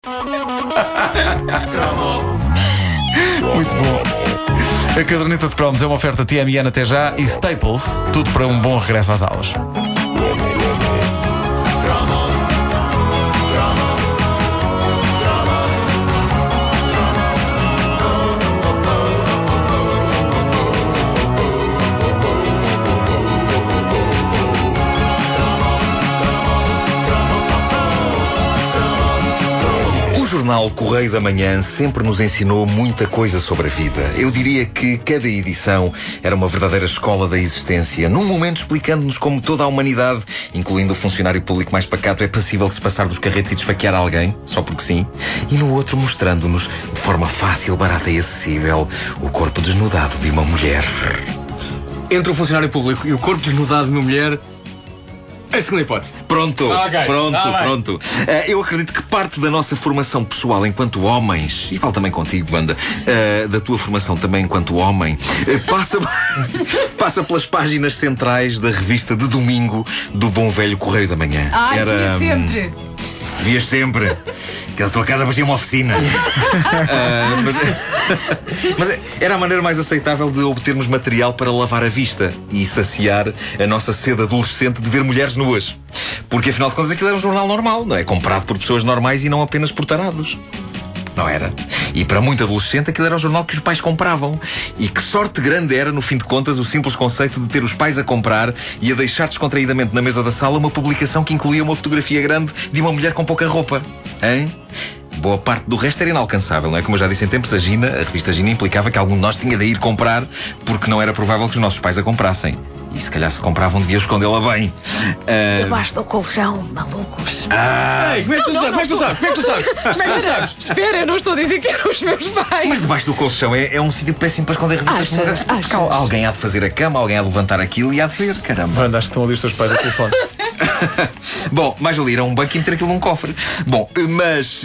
Muito bom. A caderneta de cromos é uma oferta TMN até já e Staples, tudo para um bom regresso às aulas. O jornal Correio da Manhã sempre nos ensinou muita coisa sobre a vida. Eu diria que cada edição era uma verdadeira escola da existência, num momento explicando-nos como toda a humanidade, incluindo o funcionário público mais pacato, é passível de se passar dos carretes e de esfaquear alguém, só porque sim, e no outro mostrando-nos, de forma fácil, barata e acessível, o corpo desnudado de uma mulher. Entre o funcionário público e o corpo desnudado de uma mulher, a segunda hipótese. Pronto, Okay. pronto. Eu acredito que parte da nossa formação pessoal enquanto homens, e falo também contigo, Wanda, da tua formação também enquanto homem, passa pelas páginas centrais da revista de domingo do bom velho Correio da Manhã. Via sempre. Vias sempre. Que a tua casa parecia uma oficina. Mas era a maneira mais aceitável de obtermos material para lavar a vista e saciar a nossa sede adolescente de ver mulheres nuas. Porque afinal de contas aquilo era um jornal normal, não é? Comprado por pessoas normais e não apenas por tarados. Não era? E para muito adolescente aquilo era o jornal que os pais compravam. E que sorte grande era, no fim de contas, o simples conceito de ter os pais a comprar e a deixar descontraídamente na mesa da sala uma publicação que incluía uma fotografia grande de uma mulher com pouca roupa. Hein? Boa parte do resto era inalcançável, não é? Como eu já disse em tempos, a revista Gina implicava que algum de nós tinha de ir comprar porque não era provável que os nossos pais a comprassem. E se calhar se compravam devia escondê-la bem. Debaixo do colchão, malucos. Ei, como é que tu sabes? Espera, eu não estou a dizer que eram os meus pais. Mas debaixo do colchão é um sítio péssimo para esconder revistas pornográficas. Porque alguém há de fazer a cama, alguém há de levantar aquilo e há de ver, caramba. Wanda, acho que estão ali os teus pais a telefone. Bom, mais valia ir a um banco e meter aquilo num cofre. Bom, mas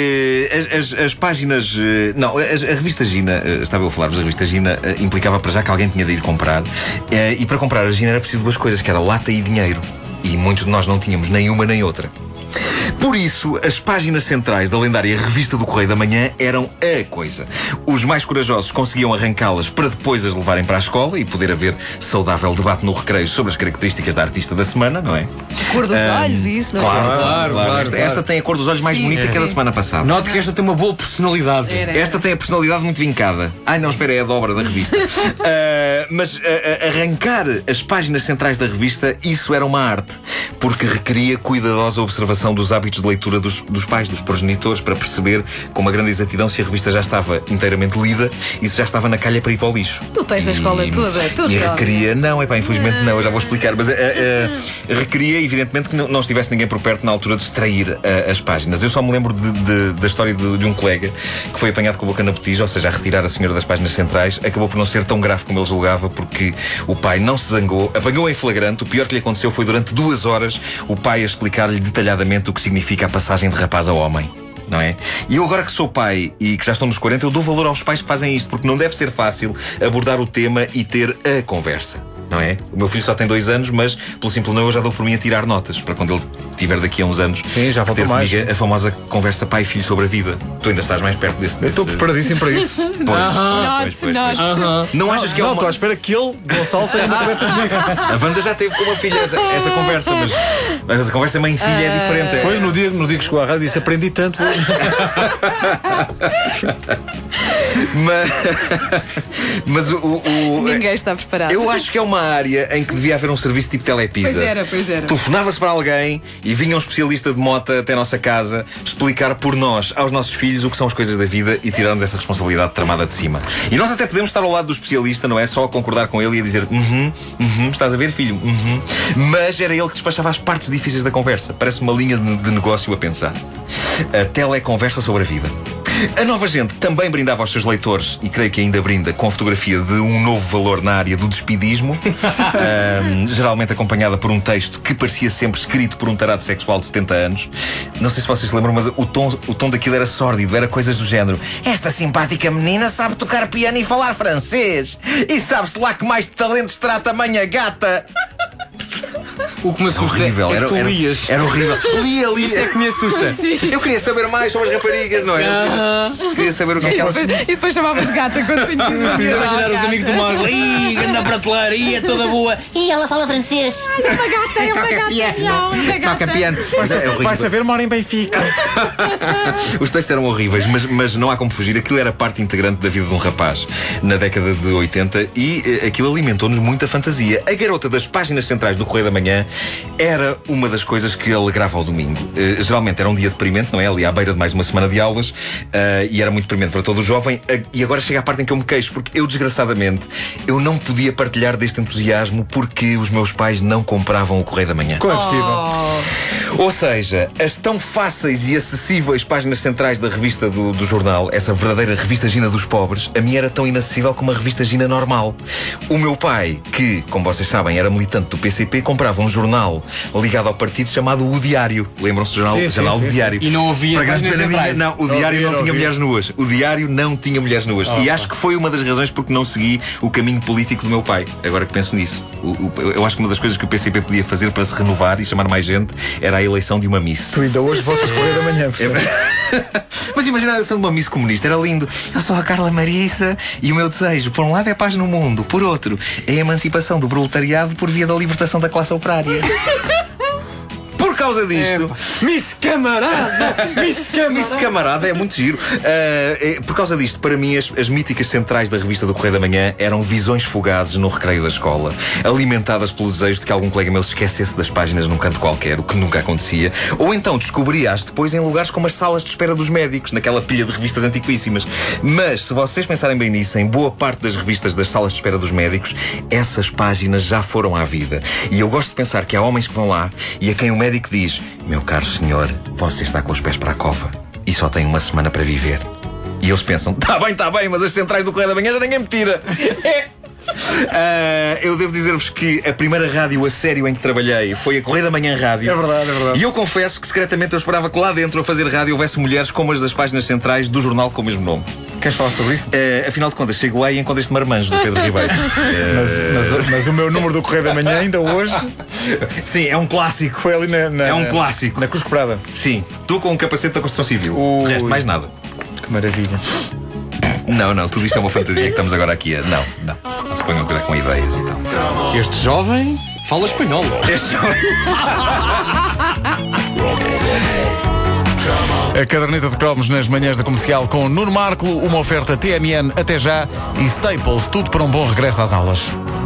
as páginas... Não, a revista Gina, estava eu a falar-vos, a revista Gina implicava para já que alguém tinha de ir comprar. E para comprar a Gina era preciso duas coisas, que era lata e dinheiro. E muitos de nós não tínhamos nem uma nem outra. Por isso, as páginas centrais da lendária revista do Correio da Manhã eram a coisa. Os mais corajosos conseguiam arrancá-las para depois as levarem para a escola e poder haver saudável debate no recreio sobre as características da artista da semana, não é? Cor dos olhos e isso, não é? Claro. Esta tem a cor dos olhos mais bonita que a da semana passada. Note que esta tem uma boa personalidade. Esta tem a personalidade muito vincada. Ai não, espera, é a dobra da revista. Mas arrancar as páginas centrais da revista, isso era uma arte. Porque requeria cuidadosa observação dos hábitos de leitura dos pais, dos progenitores, para perceber com uma grande exatidão se a revista já estava inteiramente lida e se já estava na calha para ir para o lixo. Tu tens a escola toda, E requeria, não, infelizmente não, eu já vou explicar, mas requeria, evidentemente, que não estivesse ninguém por perto na altura de extrair as páginas. Eu só me lembro da história de um colega que foi apanhado com a boca na botija, ou seja, a retirar a senhora das páginas centrais. Acabou por não ser tão grave como ele julgava, porque o pai não se zangou, apanhou em flagrante. O pior que lhe aconteceu foi durante 2 horas o pai a explicar-lhe detalhadamente o que significa a passagem de rapaz a homem. Não é? E eu agora que sou pai e que já estou nos 40, eu dou valor aos pais que fazem isto, porque não deve ser fácil abordar o tema e ter a conversa. Não é? O meu filho só tem 2 anos, mas pelo simples não eu já dou por mim a tirar notas para quando ele tiver daqui a uns anos. Sim, já falta mais. A famosa conversa pai e filho sobre a vida. Tu ainda estás mais perto desse. Eu estou preparadíssimo para isso. Pois. Não achas que é Não, estou à espera que ele, Gonçalo, tenha uma conversa comigo. A Wanda já teve com uma filha essa conversa, mas a conversa mãe-filha é diferente. Foi no dia que chegou à rádio e disse: aprendi tanto. Mas Ninguém está preparado. eu acho que é uma área em que devia haver um serviço tipo Telepisa. Pois era. Telefonava-se para alguém e vinha um especialista de mota até a nossa casa explicar por nós, aos nossos filhos, o que são as coisas da vida e tirar-nos essa responsabilidade tramada de cima. E nós até podemos estar ao lado do especialista, não é? Só a concordar com ele e a dizer estás a ver, filho? Mas era ele que despachava as partes difíceis da conversa. Parece uma linha de negócio a pensar. A teleconversa sobre a vida. A Nova Gente também brindava aos seus leitores, e creio que ainda brinda, com a fotografia de um novo valor na área do despidismo, geralmente acompanhada por um texto que parecia sempre escrito por um tarado sexual de 70 anos. Não sei se vocês se lembram, mas o tom daquilo era sórdido, era coisas do género: esta simpática menina sabe tocar piano e falar francês, e sabe-se lá que mais de talentos terá tamanha gata. O que me assusta horrível. é que tu lias. Era horrível. Lia. Isso é que me assusta. Sim. Eu queria saber mais sobre as raparigas, não é? Queria saber o que é que elas. E depois chamavas gata quando conheces o senhor. Imaginar os amigos do Marco. Ih, anda prateleira, é toda boa. E ela fala francês. É uma gata, Toca piano. Vai saber, mora em Benfica. Os textos eram horríveis, mas não há como fugir. Aquilo era parte integrante da vida de um rapaz na década de 80 e aquilo alimentou-nos muita fantasia. A garota das páginas centrais do Correio da Manhã era uma das coisas que alegrava ao domingo. Geralmente era um dia deprimente, não é? Ali à beira de mais uma semana de aulas, e era muito deprimente para todo o jovem. E agora chega a parte em que eu me queixo, porque eu, desgraçadamente, eu não podia partilhar deste entusiasmo porque os meus pais não compravam o Correio da Manhã. Como é possível? Ou seja, as tão fáceis e acessíveis páginas centrais da revista do jornal, essa verdadeira revista Gina dos pobres, a mim era tão inacessível como a revista Gina normal. O meu pai, que, como vocês sabem, era militante do PCP, comprava um jornal ligado ao partido chamado O Diário. Lembram-se do jornal O Diário? E não havia Para grande páginas pena minha, centrais. não, o Diário não tinha mulheres nuas. O Diário não tinha mulheres nuas. E acho que foi uma das razões porque não segui o caminho político do meu pai. Agora que penso nisso. Eu acho que uma das coisas que o PCP podia fazer para se renovar e chamar mais gente era a eleição de uma Miss. Tu ainda hoje votas Correio da Manhã. Mas imagina a eleição de uma Miss comunista, era lindo. Eu sou a Carla Marissa e o meu desejo, por um lado, é paz no mundo, por outro, é a emancipação do proletariado por via da libertação da classe operária. Por causa disto, Miss Camarada! Miss Camarada é muito giro. Por causa disto, para mim, as míticas centrais da revista do Correio da Manhã eram visões fugazes no recreio da escola, alimentadas pelo desejo de que algum colega meu se esquecesse das páginas num canto qualquer, o que nunca acontecia, ou então descobria-as depois em lugares como as salas de espera dos médicos, naquela pilha de revistas antiquíssimas. Mas, se vocês pensarem bem nisso, em boa parte das revistas das salas de espera dos médicos, essas páginas já foram à vida. E eu gosto de pensar que há homens que vão lá e a quem o médico diz: meu caro senhor, você está com os pés para a cova e só tem uma semana para viver. E eles pensam: tá bem, mas as centrais do Correio da Manhã já ninguém me tira. Eu devo dizer-vos que a primeira rádio a sério em que trabalhei foi a Correio da Manhã Rádio. É verdade. E eu confesso que secretamente eu esperava que lá dentro, a fazer rádio, houvesse mulheres como as das páginas centrais do jornal com o mesmo nome. Queres falar sobre isso? Afinal de contas, chego lá e encontro este marmanjo do Pedro Ribeiro. Mas o meu número do Correio da Manhã ainda hoje Sim, é um clássico. foi ali na É um clássico. na Cruz Quebrada. Sim, tu com um capacete da construção civil. O resto, mais nada. Que maravilha. Não, tudo isto é uma fantasia que estamos agora aqui a... Não se ponham a cuidar com ideias e tal. Este jovem fala espanhol. A caderneta de cromos nas manhãs da Comercial com Nuno Marco, uma oferta TMN até já e Staples, tudo para um bom regresso às aulas.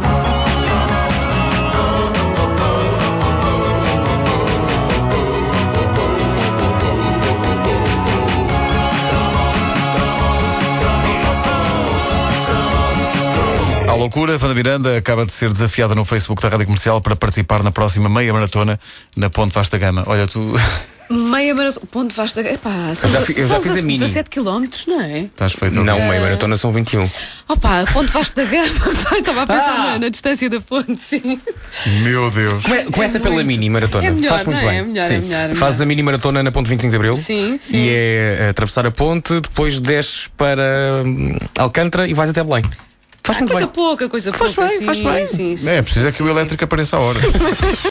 À loucura, Wanda Miranda acaba de ser desafiada no Facebook da Rádio Comercial para participar na próxima meia maratona na Ponte Vasta Gama. Olha, tu... Meia maratona. Ponto Vasta. Epá, Eu já fiz a mini. 17 km, não é? Estás feito. Não, meia maratona são 21. Opa, Ponto Vasta Gama. Estava a pensar na distância da ponte, sim. Meu Deus. Começa pela muito. mini maratona. É melhor, Faz muito não é? bem. É melhor, Sim. é melhor. Fazes a mini maratona na ponte 25 de Abril. Sim. E é atravessar a ponte, depois desces para Alcântara e vais até Belém. Faz muito Coisa bem. pouca, Faz bem, sim, faz bem. Sim, É preciso que o elétrico apareça à hora.